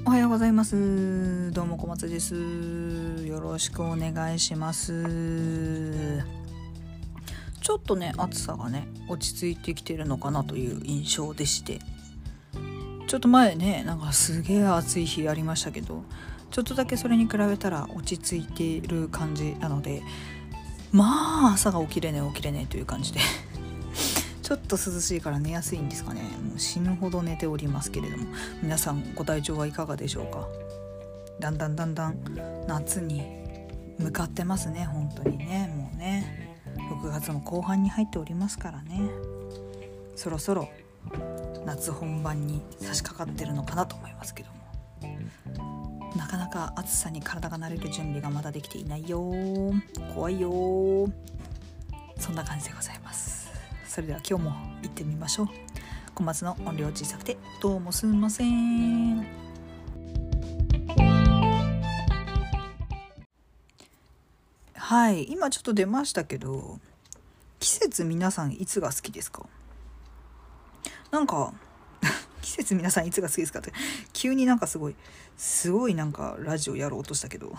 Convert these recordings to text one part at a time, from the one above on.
おはようございます。どうも小松です。よろしくお願いします。ちょっとね、暑さがね落ち着いてきてるのかなという印象でして、ちょっと前ねなんかすげえ暑い日ありましたけど、ちょっとだけそれに比べたら落ち着いている感じなので、まあ朝が起きれねえという感じでちょっと涼しいから寝やすいんですかね。もう死ぬほど寝ておりますけれども、皆さんご体調はいかがでしょうか。だんだん夏に向かってますね。本当にね、もうね6月も後半に入っておりますからね、そろそろ夏本番に差し掛かってるのかなと思いますけども、なかなか暑さに体が慣れる準備がまだできていないよ。怖いよ。そんな感じでございます。それでは今日も行ってみましょう。小松の音量小さくてどうもすんません。はい、今ちょっと出ましたけど、季節皆さんいつが好きですか？なんか季節皆さんいつが好きですかって急になんかすごいなんかラジオやろうとしたけど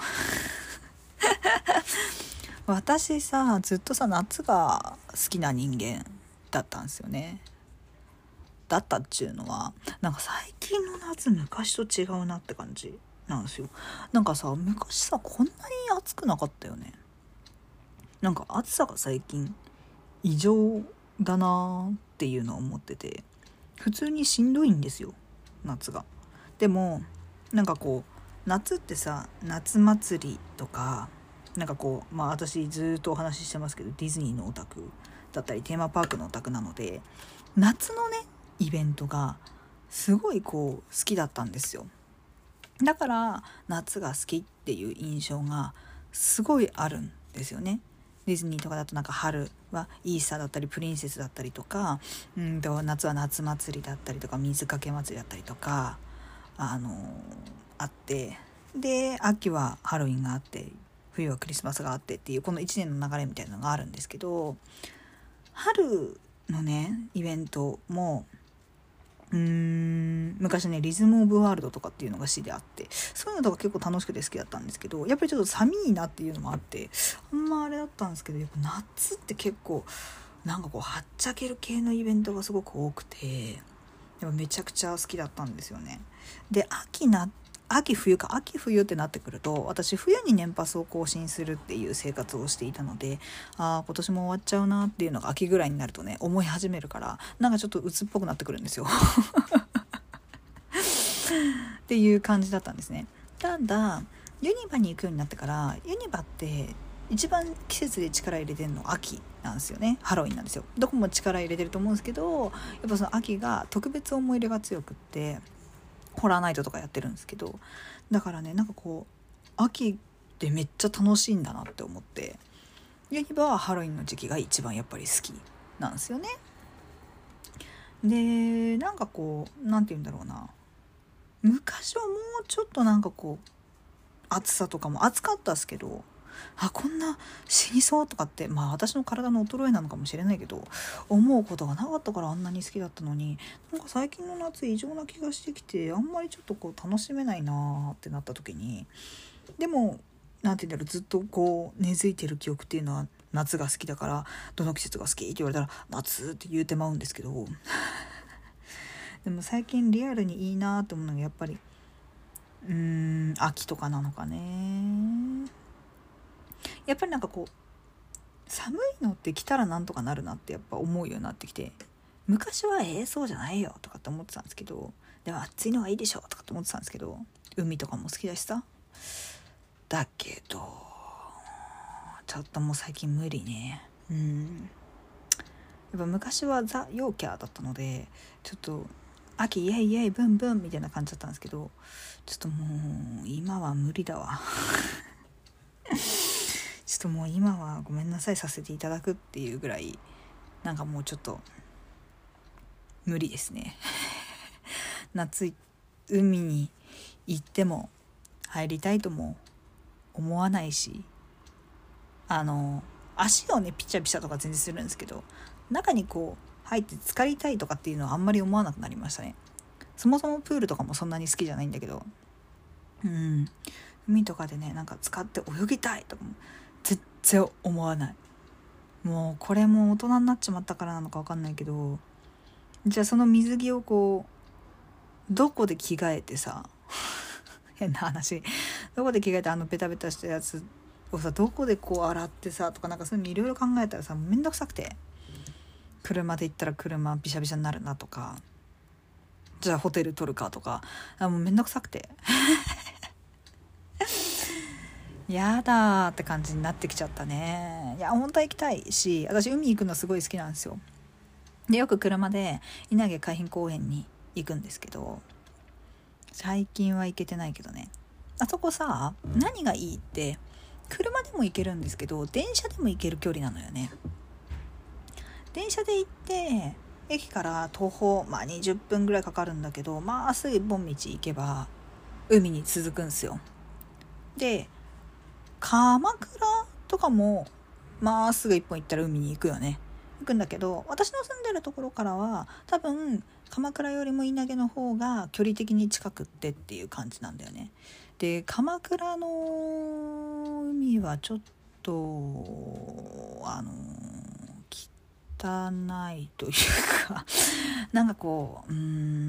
私さ、ずっとさ夏が好きな人間だったんですよね。だったっちゅうのは、なんか最近の夏昔と違うなって感じなんですよ。なんかさ、昔さこんなに暑くなかったよね。なんか暑さが最近異常だなっていうのを思ってて、普通にしんどいんですよ夏が。でもなんかこう夏ってさ、夏祭りとかなんかこう、私ずっとお話ししてますけど、ディズニーのオタクだったりテーマパークのオタクなので、夏のねイベントがすごいこう好きだったんですよ。だから夏が好きっていう印象がすごいあるんですよね。ディズニーとかだとなんか春はイースターだったりプリンセスだったりとか、夏は夏祭りだったりとか水かけ祭りだったりとかあって、で秋はハロウィンがあって、冬はクリスマスがあってっていう、この1年の流れみたいなのがあるんですけど、春のねイベントも昔ねリズムオブワールドとかっていうのが好きであって、そういうのとか結構楽しくて好きだったんですけど、やっぱりちょっと寒いなっていうのもあってあんまあれだったんですけど、やっぱ夏って結構なんかこうはっちゃける系のイベントがすごく多くて、やっぱめちゃくちゃ好きだったんですよね。で秋冬ってなってくると、私冬に年パスを更新するっていう生活をしていたので、今年も終わっちゃうなっていうのが秋ぐらいになるとね思い始めるから、なんかちょっと鬱っぽくなってくるんですよっていう感じだったんですね。ただユニバに行くようになってから、ユニバって一番季節で力入れてるの秋なんですよね。ハロウィンなんですよ。どこも力入れてると思うんですけど、やっぱその秋が特別思い入れが強くって、ホラーナイトとかやってるんですけど、だからねなんかこう秋ってめっちゃ楽しいんだなって思って、ユニバはハロウィンの時期が一番やっぱり好きなんですよね。でなんかこうなんて言うんだろうな、昔はもうちょっとなんかこう暑さとかも暑かったですけど、こんな死にそうとかって、私の体の衰えなのかもしれないけど思うことがなかったからあんなに好きだったのに、なんか最近の夏異常な気がしてきて、あんまりちょっとこう楽しめないなってなった時に、でもなんて言うんだろう、ずっとこう根付いてる記憶っていうのは夏が好きだから、どの季節が好きって言われたら夏って言うてまうんですけどでも最近リアルにいいなって思うのがやっぱり秋とかなのかね。やっぱりなんかこう寒いのって着たらなんとかなるなってやっぱ思うようになってきて、昔はそうじゃないよとかって思ってたんですけど、でも暑いのがいいでしょとかって思ってたんですけど、海とかも好きだしさ、だけどちょっともう最近無理ね。やっぱ昔はザ・陽キャだったので、ちょっと秋イエイイエイブンブンみたいな感じだったんですけど、ちょっともう今は無理だわちょっともう今はごめんなさいさせていただくっていうぐらい、なんかもうちょっと無理ですね夏海に行っても入りたいとも思わないし、足をねピチャピチャとか全然するんですけど、中にこう入って浸かりたいとかっていうのはあんまり思わなくなりましたね。そもそもプールとかもそんなに好きじゃないんだけど、 海とかでねなんか使って泳ぎたいとかも全然思わない。もうこれも大人になっちまったからなのか分かんないけど、じゃあその水着をこうどこで着替えてさ変な話、どこで着替えてベタベタしたやつをさどこでこう洗ってさとかなんかそういうのいろいろ考えたらさめんどくさくて、車で行ったら車ビシャビシャになるなとか、じゃあホテル取るかとか、もうめんどくさくてやだって感じになってきちゃったね。いや本当は行きたいし、私海行くのすごい好きなんですよ。でよく車で稲毛海浜公園に行くんですけど、最近は行けてないけどね。あそこさ何がいいって車でも行けるんですけど電車でも行ける距離なのよね。電車で行って駅から徒歩20分ぐらいかかるんだけど、すぐ一本道行けば海に続くんですよ。で鎌倉とかもすぐ一本行ったら海に行くよね。行くんだけど私の住んでるところからは多分鎌倉よりも稲毛の方が距離的に近くってっていう感じなんだよね。で鎌倉の海はちょっと汚いというかなんかこう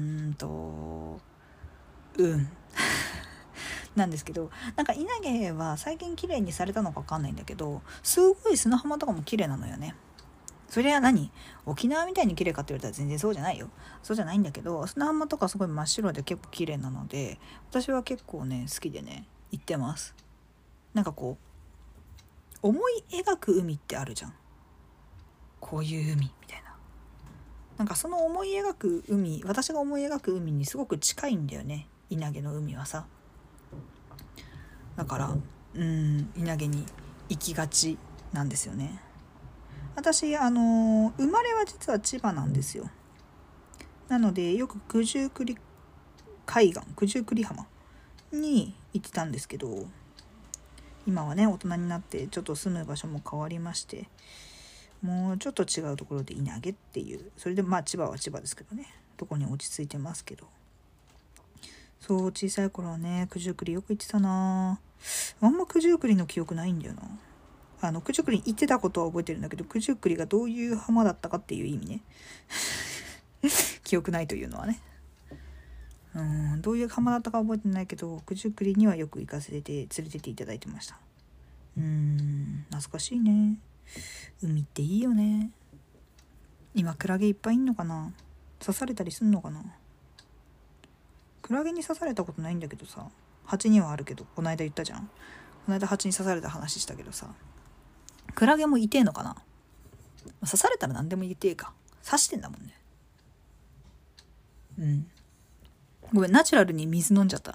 なんですけど、なんか稲毛は最近綺麗にされたのか分かんないんだけど、すごい砂浜とかも綺麗なのよね。それは沖縄みたいに綺麗かって言われたら全然そうじゃないよ。そうじゃないんだけど、砂浜とかすごい真っ白で結構綺麗なので、私は結構ね好きでね行ってます。なんかこう思い描く海ってあるじゃん、こういう海みたいな。なんかその思い描く海、私が思い描く海にすごく近いんだよね、稲毛の海はさ。だから稲毛に行きがちなんですよね。私生まれは実は千葉なんですよ。なのでよく九十九里海岸、九十九里浜に行ってたんですけど、今はね大人になってちょっと住む場所も変わりまして、もうちょっと違うところで稲毛っていう、それで千葉は千葉ですけどね、とこに落ち着いてますけど、そう小さい頃はね九十九里よく行ってたな。あんま九十九里の記憶ないんだよな。九十九里に行ってたことは覚えてるんだけど、九十九里がどういう浜だったかっていう意味ね記憶ないというのはね、どういう浜だったか覚えてないけど、九十九里にはよく行かせて連れてっていただいてました。懐かしいね。海っていいよね。今クラゲいっぱいいんのかな、刺されたりすんのかな。クラゲに刺されたことないんだけどさ、蜂にはあるけど、この間言ったじゃん。この間蜂に刺された話したけどさ、クラゲも痛えのかな。刺されたら何でも痛えか、刺してんだもんね。ごめん、ナチュラルに水飲んじゃった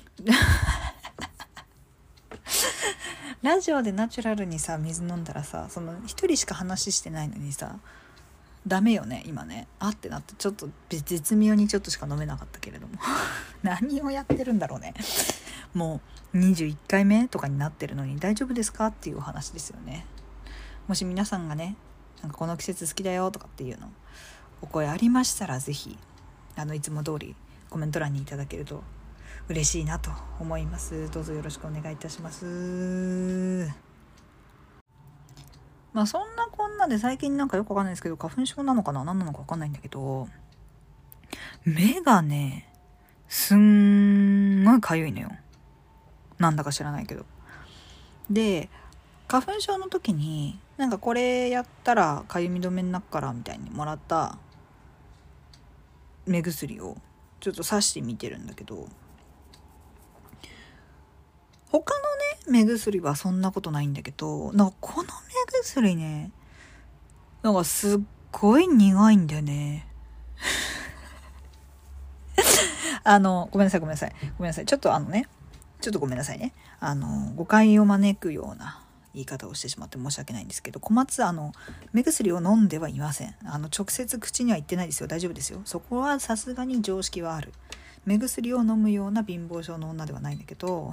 ラジオでナチュラルにさ水飲んだらさ、その一人しか話してないのにさダメよね今ね。ってなって、ちょっと絶妙にちょっとしか飲めなかったけれども何をやってるんだろうね。もう21回目とかになってるのに大丈夫ですかっていうお話ですよね。もし皆さんがねなんかこの季節好きだよとかっていうのお声ありましたら、ぜひいつも通りコメント欄にいただけると嬉しいなと思います。どうぞよろしくお願いいたします。そんなこんなで最近なんかよくわかんないですけど、花粉症なのかな何なのかわかんないんだけど、目がねすんごいかゆいのよ。なんだか知らないけど。で花粉症の時になんかこれやったらかゆみ止めになっからみたいにもらった目薬をちょっと刺してみてるんだけど、他のね目薬はそんなことないんだけど、なんかこの目薬ねなんかすっごい苦いんだよねごめんなさいちょっとごめんなさいね。誤解を招くような言い方をしてしまって申し訳ないんですけど、小松目薬を飲んではいません。直接口には言ってないですよ。大丈夫ですよ。そこはさすがに常識はある。目薬を飲むような貧乏症の女ではないんだけど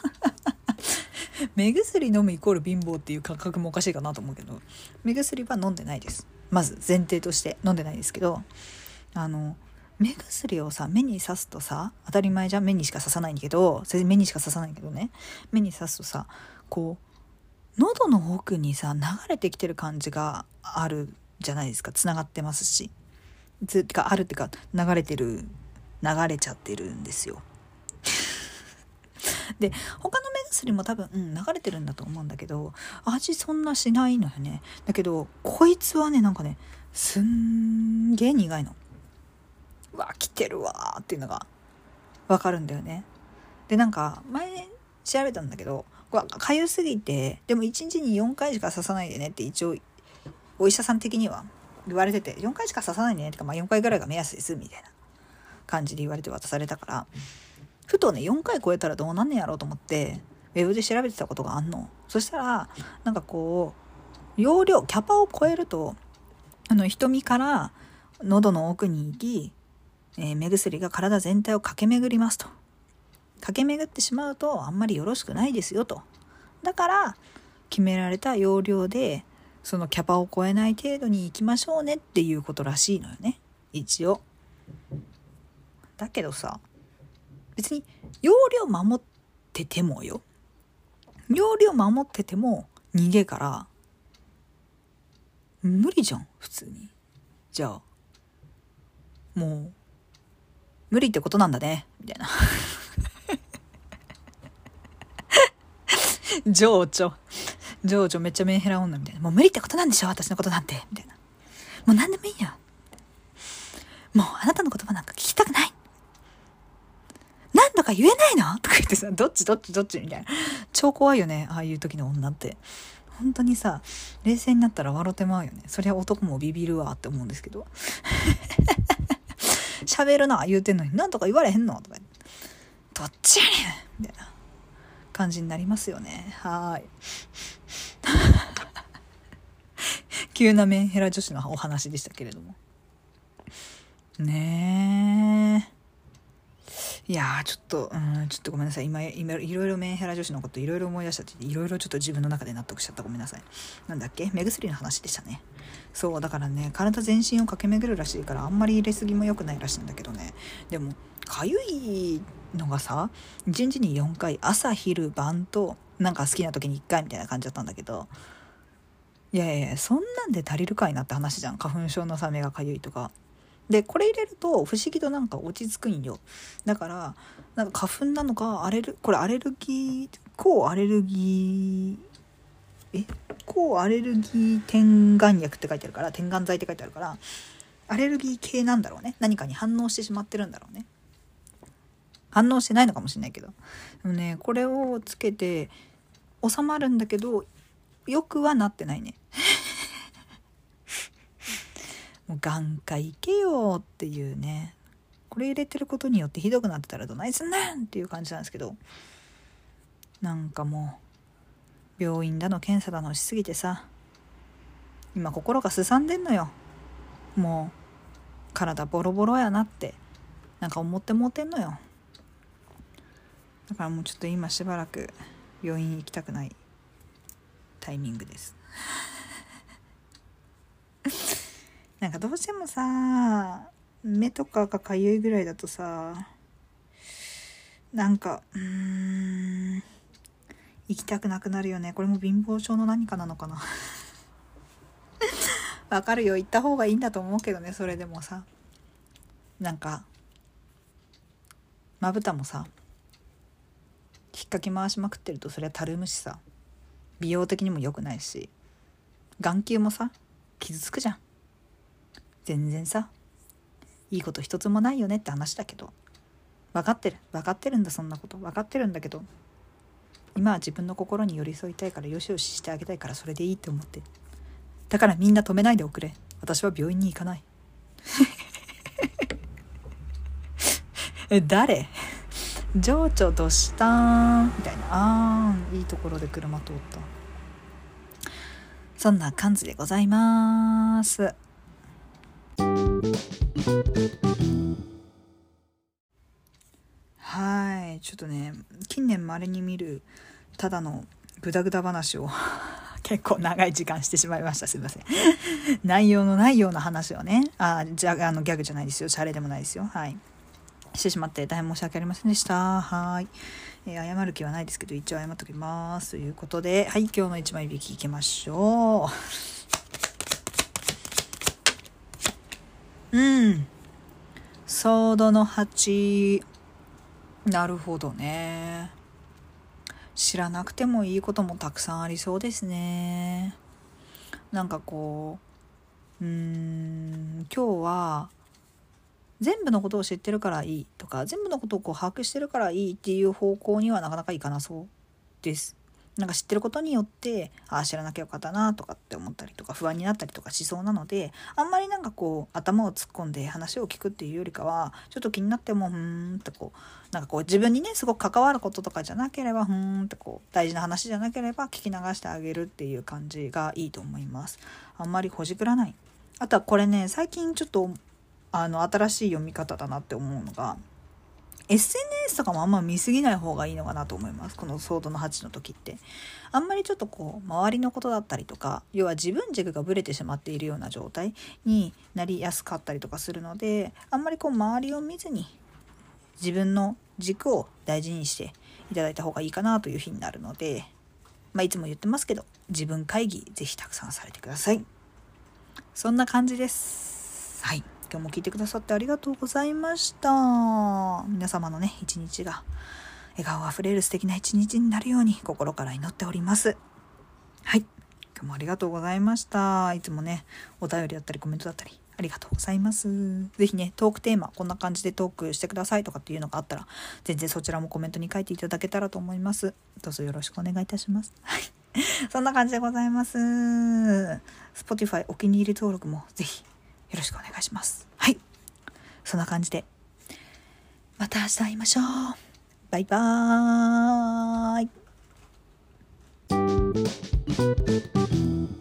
目薬飲むイコール貧乏っていう感覚もおかしいかなと思うけど、目薬は飲んでないです。まず前提として飲んでないですけど、 目薬をさ目に刺すとさ、当たり前じゃん、目にしか刺さないんだけど、それ目にしか刺さないけどね、目に刺すとさ、こう喉の奥にさ流れてきてる感じがあるじゃないですか。つながってますし、てかあるってか流れちゃってるんですよ。で他の目薬も多分、流れてるんだと思うんだけど、味そんなしないのよね。だけどこいつはね、なんかね、すんげー苦いの。うわ来てるわーっていうのがわかるんだよね。でなんか前調べたんだけど、これかゆすぎて、でも1日に4回しか刺さないでねって一応お医者さん的には言われてて、4回しか刺さないでねってか、4回ぐらいが目安ですみたいな感じで言われて渡されたから、ふとね4回超えたらどうなんねやろうと思ってウェブで調べてたことがあんの。そしたらなんかこう容量キャパを超えると瞳から喉の奥に行き、目薬が体全体を駆け巡りますと。駆け巡ってしまうとあんまりよろしくないですよと。だから決められた容量でそのキャパを超えない程度に行きましょうねっていうことらしいのよね、一応。だけどさ、別に容量守っててもよ、容量守ってても逃げから無理じゃん普通に。じゃあもう無理ってことなんだねみたいな情緒めっちゃメンヘラ女みたいな、もう無理ってことなんでしょ私のことなんてみたいな、もう何でもいいよ、もうあなたの言葉なんか聞きたくない、何度か言えないのとか言ってさ、どっちみたいな。超怖いよねああいう時の女って。本当にさ冷静になったら笑ってまうよね。そりゃ男もビビるわって思うんですけど喋るな言うてんのに何とか言われへんのとか、どっちやねんみたいな感じになりますよね。はい。急なメンヘラ女子のお話でしたけれども。ねえ。いやーちょっとごめんなさい。今いろいろメンヘラ女子のこといろいろ思い出しちゃって、いろいろちょっと自分の中で納得しちゃった。ごめんなさい。なんだっけ、目薬の話でしたね。そうだからね、体全身を駆け巡るらしいから、あんまり入れすぎも良くないらしいんだけどね。でもかゆいのがさ、1日に4回、朝昼晩となんか好きな時に1回みたいな感じだったんだけど、いやそんなんで足りるかいなって話じゃん。花粉症のさ目がかゆいとかで、これ入れると不思議となんか落ち着くんよ。だからなんか花粉なのかこれアレルギー、抗アレルギー点眼薬って書いてあるから、点眼剤って書いてあるからアレルギー系なんだろうね。何かに反応してしまってるんだろうね。反応してないのかもしれないけど、でもねこれをつけて収まるんだけどよくはなってないね。もう眼科行けよっていうね。これ入れてることによってひどくなってたらどないすんねんっていう感じなんですけど、なんかもう病院だの検査だのしすぎてさ、今心がすさんでんのよ。もう体ボロボロやなってなんか思ってもうてんのよ。だからもうちょっと今しばらく病院行きたくないタイミングですなんかどうしてもさ目とかがかゆいぐらいだとさ、なんか行きたくなくなるよね。これも貧乏症の何かなのかなわかるよ、行った方がいいんだと思うけどね。それでもさ、なんかまぶたもさ引っかき回しまくってるとそりゃたるむしさ、美容的にも良くないし、眼球もさ傷つくじゃん。全然さいいこと一つもないよねって話だけど、分かってるんだ、そんなこと分かってるんだけど、今は自分の心に寄り添いたいから、よしよししてあげたいから、それでいいって思って、だからみんな止めないでおくれ。私は病院に行かない誰情緒どしたーんみたいな、いいところで車通った。そんな感じでございます。はいちょっとね、近年稀に見るただのグダグダ話をキ結構長い時間してしまいました。すいません。内容のないような話をね、ギャグじゃないですよ。シャレでもないですよ。はい。してしまって大変申し訳ありませんでした。はい。謝る気はないですけど、一応謝っときます。ということで、はい、今日の一枚引きいきましょう。ソードの8。なるほどね。知らなくてもいいこともたくさんありそうですね。なんかこう、今日は全部のことを知ってるからいいとか、全部のことをこう把握してるからいいっていう方向にはなかなかいかなそうです。なんか知ってることによって知らなきゃよかったなとかって思ったりとか不安になったりとかしそうなので、あんまりなんかこう頭を突っ込んで話を聞くっていうよりかは、ちょっと気になってもってこうなんかこう自分にねすごく関わることとかじゃなければってこう大事な話じゃなければ聞き流してあげるっていう感じがいいと思います。あんまりほじくらない。あとはこれね、最近ちょっと新しい読み方だなって思うのが、SNS とかもあんま見すぎない方がいいのかなと思います。このソードの8の時ってあんまりちょっとこう周りのことだったりとか、要は自分軸がブレてしまっているような状態になりやすかったりとかするので、あんまりこう周りを見ずに自分の軸を大事にしていただいた方がいいかなという日になるので、いつも言ってますけど、自分会議ぜひたくさんされてください。そんな感じです。はい、今日も聞いてくださってありがとうございました。皆様のね一日が笑顔あふれる素敵な一日になるように心から祈っております。はい、今日もありがとうございました。いつもねお便りだったりコメントだったりありがとうございます。ぜひねトークテーマこんな感じでトークしてくださいとかっていうのがあったら、全然そちらもコメントに書いていただけたらと思います。どうぞよろしくお願いいたします。はい、そんな感じでございます。Spotify お気に入り登録もぜひよろしくお願いします。はい、そんな感じでまた明日会いましょう。バイバーイ。